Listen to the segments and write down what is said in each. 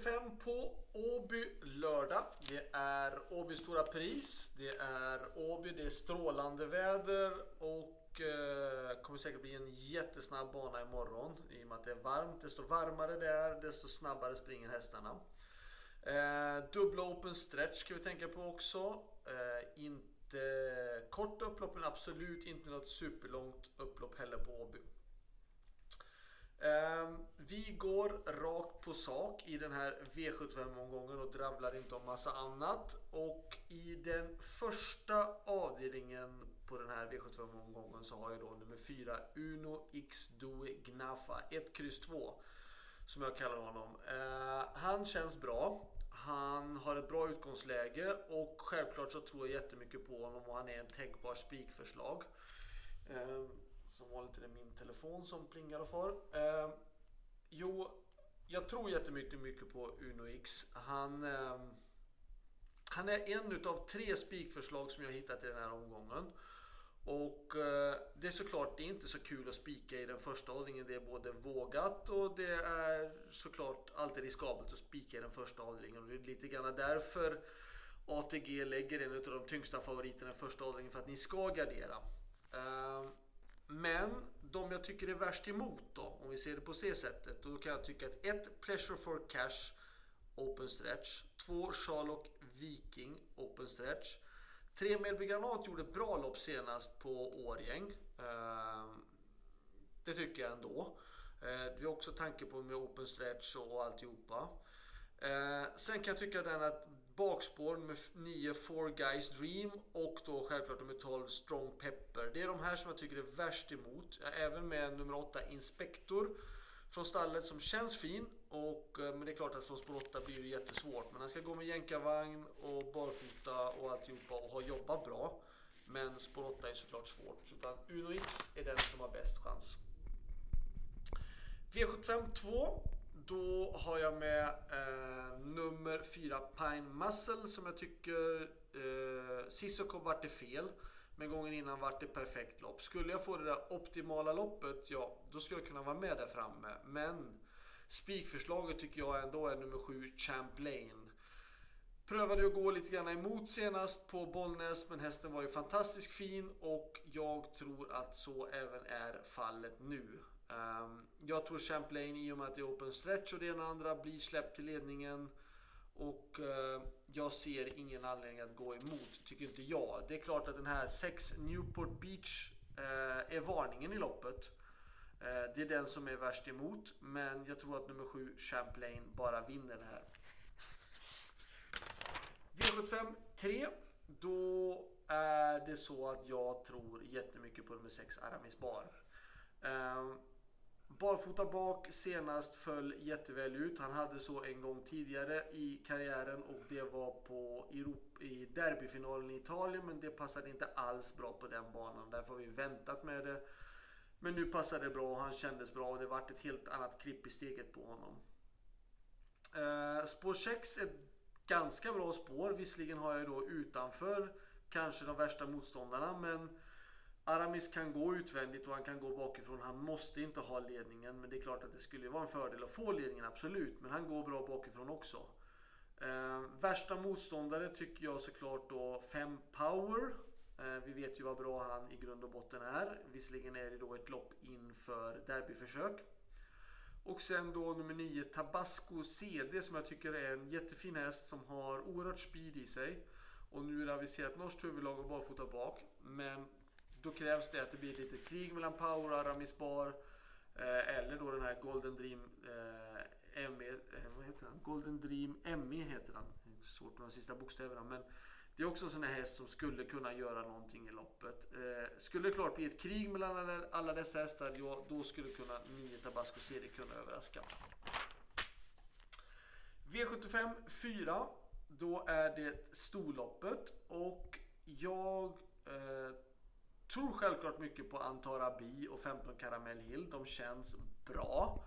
V75 på Åby lördag. Det är Åby stora pris. Det är Åby, det är strålande väder och kommer säkert bli en jättesnabb bana imorgon. I och med att det är varmt. Desto varmare det är, desto snabbare springer hästarna. Dubbla open stretch ska vi tänka på också. Inte kort upplopp, men absolut inte något superlångt upplopp heller på Åby. Vi går rakt på sak i den här V75-omgången och dravlar inte om massa annat. Och i den första avdelningen på den här V75-omgången så har jag då nummer 4 Uno X Due Gnafa 1-2 som jag kallar honom. Han känns bra. Han har ett bra utgångsläge och självklart så tror jag jättemycket på honom och han är en tänkbar spikförslag. Som var lite min telefon som plingar och far. Jag tror jättemycket på Uno X. Han är en utav 3 spikförslag som jag hittat i den här omgången. Och det är såklart, det är inte så kul att spika i den första avdelningen. Det är både vågat och det är såklart alltid riskabelt att spika i den första avdelningen. Och det är lite grann därför ATG lägger en utav de tyngsta favoriterna i första avdelningen, för att ni ska gardera. Men de jag tycker är värst emot då, om vi ser det på det sättet, då kan jag tycka att 1 Pleasure for Cash open stretch, 2 Sherlock Viking open stretch, 3 Melby Granat gjorde bra lopp senast på Årgäng. Det tycker jag ändå. Det är också tanke på med open stretch och alltihopa. Sen kan jag tycka den att bakspår med 9 Four Guys Dream och då självklart nummer 12 Strong Pepper. Det är de här som jag tycker är värst emot. Även med nummer 8 Inspektor från stallet som känns fin. Men det är klart att från spår 8 blir det jättesvårt. Men han ska gå med jänkarvagn och barfota och alltihopa och ha jobbat bra. Men spår 8 är såklart svårt. Utan Uno X är den som har bäst chans. V75 2. Då har jag med nummer 4 Pine Muscle som jag tycker Sissoko vart det fel. Men gången innan vart det perfekt lopp. Skulle jag få det där optimala loppet, ja, då skulle jag kunna vara med där framme. Men spikförslaget tycker jag ändå är nummer 7 Champlain. Prövade att gå lite grann emot senast på Bollnäs, men hästen var ju fantastiskt fin och jag tror att så även är fallet nu. Jag tror Champlain, i och med att det är open stretch och det ena andra, blir släppt till ledningen och jag ser ingen anledning att gå emot, tycker inte jag. Det är klart att den här 6 Newport Beach är varningen i loppet. Det är den som är värst emot, men jag tror att nummer 7 Champlain bara vinner det här. V75 3, då är det så att jag tror jättemycket på nummer 6 Aramis Bar. Barfota bak senast föll jätteväl ut. Han hade så en gång tidigare i karriären och det var i derbyfinalen i Italien, men det passade inte alls bra på den banan. Därför har vi väntat med det. Men nu passade det bra och han kändes bra och det vart ett helt annat klipp i steget på honom. Spår 6 är ett ganska bra spår. Visserligen har jag då utanför kanske de värsta motståndarna, men Aramis kan gå utvändigt och han kan gå bakifrån. Han måste inte ha ledningen, men det är klart att det skulle vara en fördel att få ledningen, absolut. Men han går bra bakifrån också. Värsta motståndare tycker jag såklart då 5 Power. Vi vet ju vad bra han i grund och botten är. Visserligen är det då ett lopp inför derbyförsök. Och sen då nummer 9 Tabasco CD som jag tycker är en jättefin häst som har oerhört speed i sig. Och nu är det aviserat norskt huvudlag och barfota bak. Men då krävs det att det blir ett litet krig mellan Power och Aramis Bar. Eller då den här Golden Dream vad heter han? Golden Dream ME heter han. Svårt med de sista bokstäverna, men det är också en sån här häst som skulle kunna göra någonting i loppet. Skulle det klart bli ett krig mellan alla dessa hästar, ja, då skulle kunna 9 Tabasco CD kunna överraska. V75 4, då är det storloppet och jag tror självklart mycket på Antarabi och 15 Caramel Hill. De känns bra.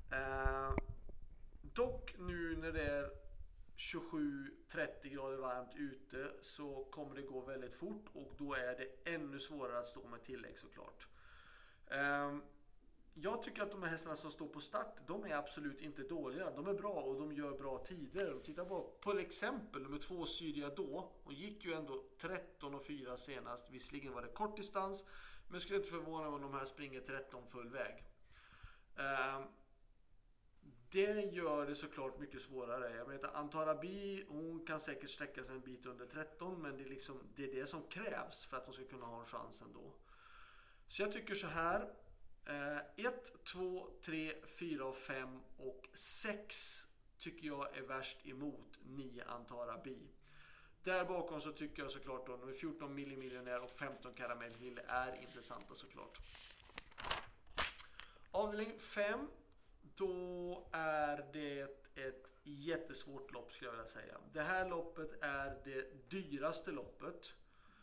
Dock nu när det är 27-30 grader varmt ute så kommer det gå väldigt fort och då är det ännu svårare att stå med tillägg såklart. jag tycker att de här hästarna som står på start, de är absolut inte dåliga. De är bra och de gör bra tider. Titta på exempel nummer 2 Syria då. Hon gick ju ändå 13,4 senast. Visserligen var det kort distans, men skulle inte förvåna om de här springer 13 full väg. Det gör det såklart mycket svårare. Jag vet att Antarabi, hon kan säkert sträcka sig en bit under 13, men det är det som krävs för att hon ska kunna ha en chans ändå. Så jag tycker så här. 1, 2, 3, 4 och 5 och 6 tycker jag är värst emot 9 Antarabi. Där bakom så tycker jag såklart då nummer 14 Miljonär och 15 Caramel Hill är intressanta såklart. Avdelning 5, då är det ett jättesvårt lopp skulle jag vilja säga. Det här loppet är det dyraste loppet.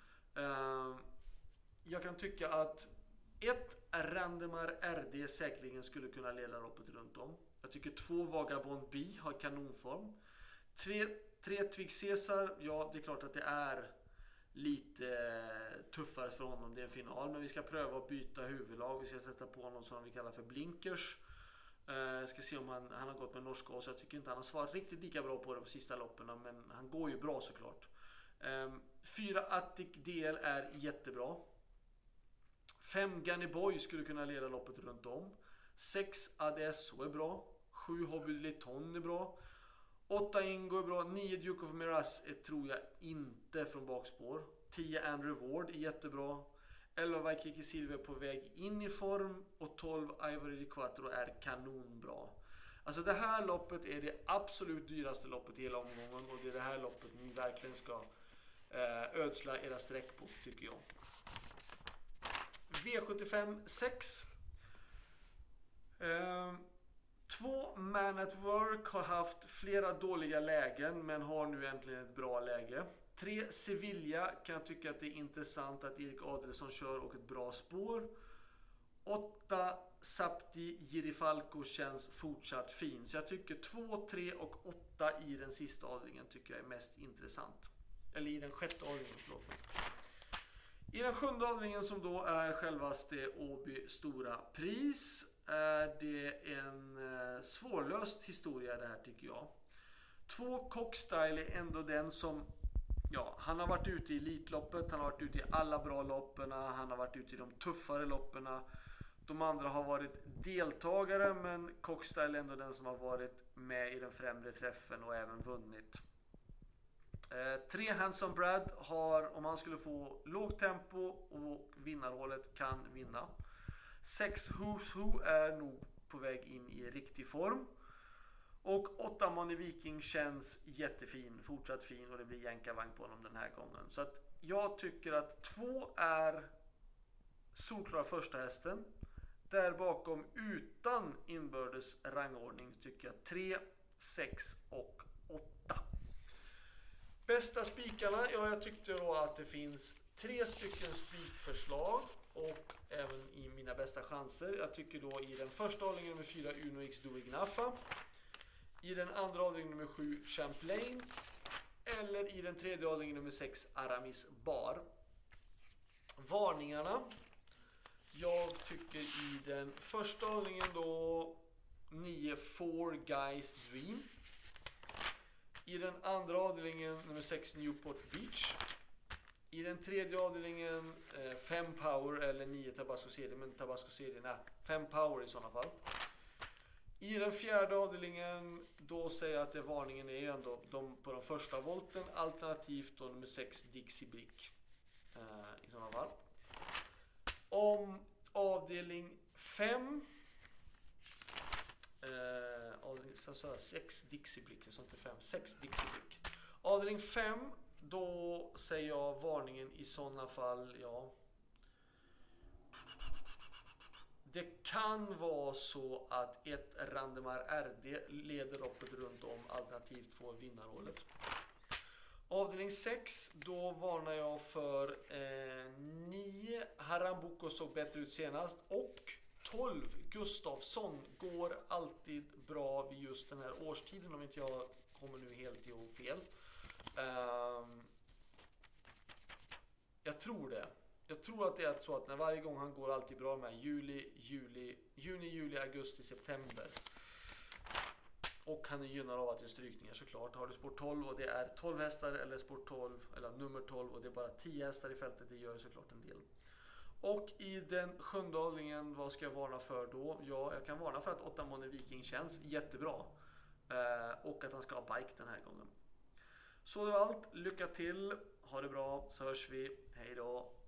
Jag kan tycka att 1 Randemar RD säkerligen skulle kunna leda loppet runt om. Jag tycker 2 Vagabond B har kanonform. 3 Twig Caesar, ja det är klart att det är lite tuffare för honom, det är en final. Men vi ska pröva att byta huvudlag. Vi ska sätta på honom som vi kallar för blinkers. Ska se om han har gått med norska, så jag tycker inte han har svarat riktigt lika bra på det på sista loppen. Men han går ju bra såklart. 4 Attic DL är jättebra. 5 Gunny Boy skulle kunna leda loppet runt om. 6 ADSO är bra. 7 Hobby Liton är bra. 8 Ingo är bra. 9 Duke of Miraz tror jag inte från bakspår. 10 Andrew Ward är jättebra. 11 Waikiki Silver på väg in i form. Och 12 Ivory Di Quattro är kanonbra. Alltså det här loppet är det absolut dyraste loppet i hela omgången. Och det är det här loppet ni verkligen ska ödsla era streck på, tycker jag. V75 6. 2 Man at Work har haft flera dåliga lägen, men har nu äntligen ett bra läge. 3 Sevilla kan jag tycka att det är intressant att Erik Adelsson kör och ett bra spår. 8 Sapti Girifalco känns fortsatt fin. Så jag tycker 2, 3 och 8 i den sista avdelningen tycker jag är mest intressant. Eller i den sjätte avdelningen, förlåt mig. I den sjunde avdelningen som då är självaste Åby Stora Pris är det en svårlöst historia det här tycker jag. 2 Cockstyle är ändå den som, ja, han har varit ute i Elitloppet, han har varit ute i alla bra loppen, han har varit ute i de tuffare loppen. De andra har varit deltagare, men Cockstyle är ändå den som har varit med i den främre träffen och även vunnit. 3 Handsome Brad har, om han skulle få lågt tempo och vinnarhållet, kan vinna. 6 Who's Who är nog på väg in i riktig form. Och 8 Money Viking känns jättefin, fortsatt fin, och det blir jänkarvagn på honom den här gången. Så att jag tycker att 2 är solklara första hästen. Där bakom utan inbördes rangordning tycker jag 3, 6 och 8. Bästa spikarna, ja jag tyckte då att det finns 3 stycken spikförslag och även i mina bästa chanser. Jag tycker då i den första avdelningen nummer 4 Uno X Do Ignafa, i den andra avdelningen nummer 7 Champlain eller i den tredje avdelningen nummer 6 Aramis Bar. Varningarna, jag tycker i den första avdelningen då 9 Four Guys Dream. I den andra avdelningen nummer 6 Newport Beach. I den tredje avdelningen 5 Power eller 9 Tabasco Serie, men Tabasco Serie, nej, 5 Power i sådana fall. I den fjärde avdelningen då säger jag att det varningen är ändå de på den första volten, alternativt då nummer 6 Dixie Blick i sådana fall. Om avdelning 5 6 Dixie Blick, så inte 5, 6 Dixie Blick. Avdelning 5, då säger jag varningen i sådana fall, ja. Det kan vara så att ett Randemar RD leder loppet runt om, alternativt får vinnarhållet. Avdelning 6, då varnar jag för 9 Harambuco såg bättre ut senast och 12 Gustafsson går alltid bra vid just den här årstiden, om inte jag kommer nu helt ihåg fel. Jag tror det. Jag tror att det är så att när varje gång han går alltid bra med juni, juli, augusti, september. Och han är gynnad av att det är strykningar såklart. Har du sport 12 och det är 12 hästar eller sport 12 eller nummer 12 och det är bara 10 hästar i fältet, det gör såklart en del. Och i den sjunde avdelningen, vad ska jag varna för då? Ja, jag kan varna för att 8 Money Viking känns jättebra. Och att han ska ha bike den här gången. Så det var allt. Lycka till. Ha det bra, så hörs vi. Hej då.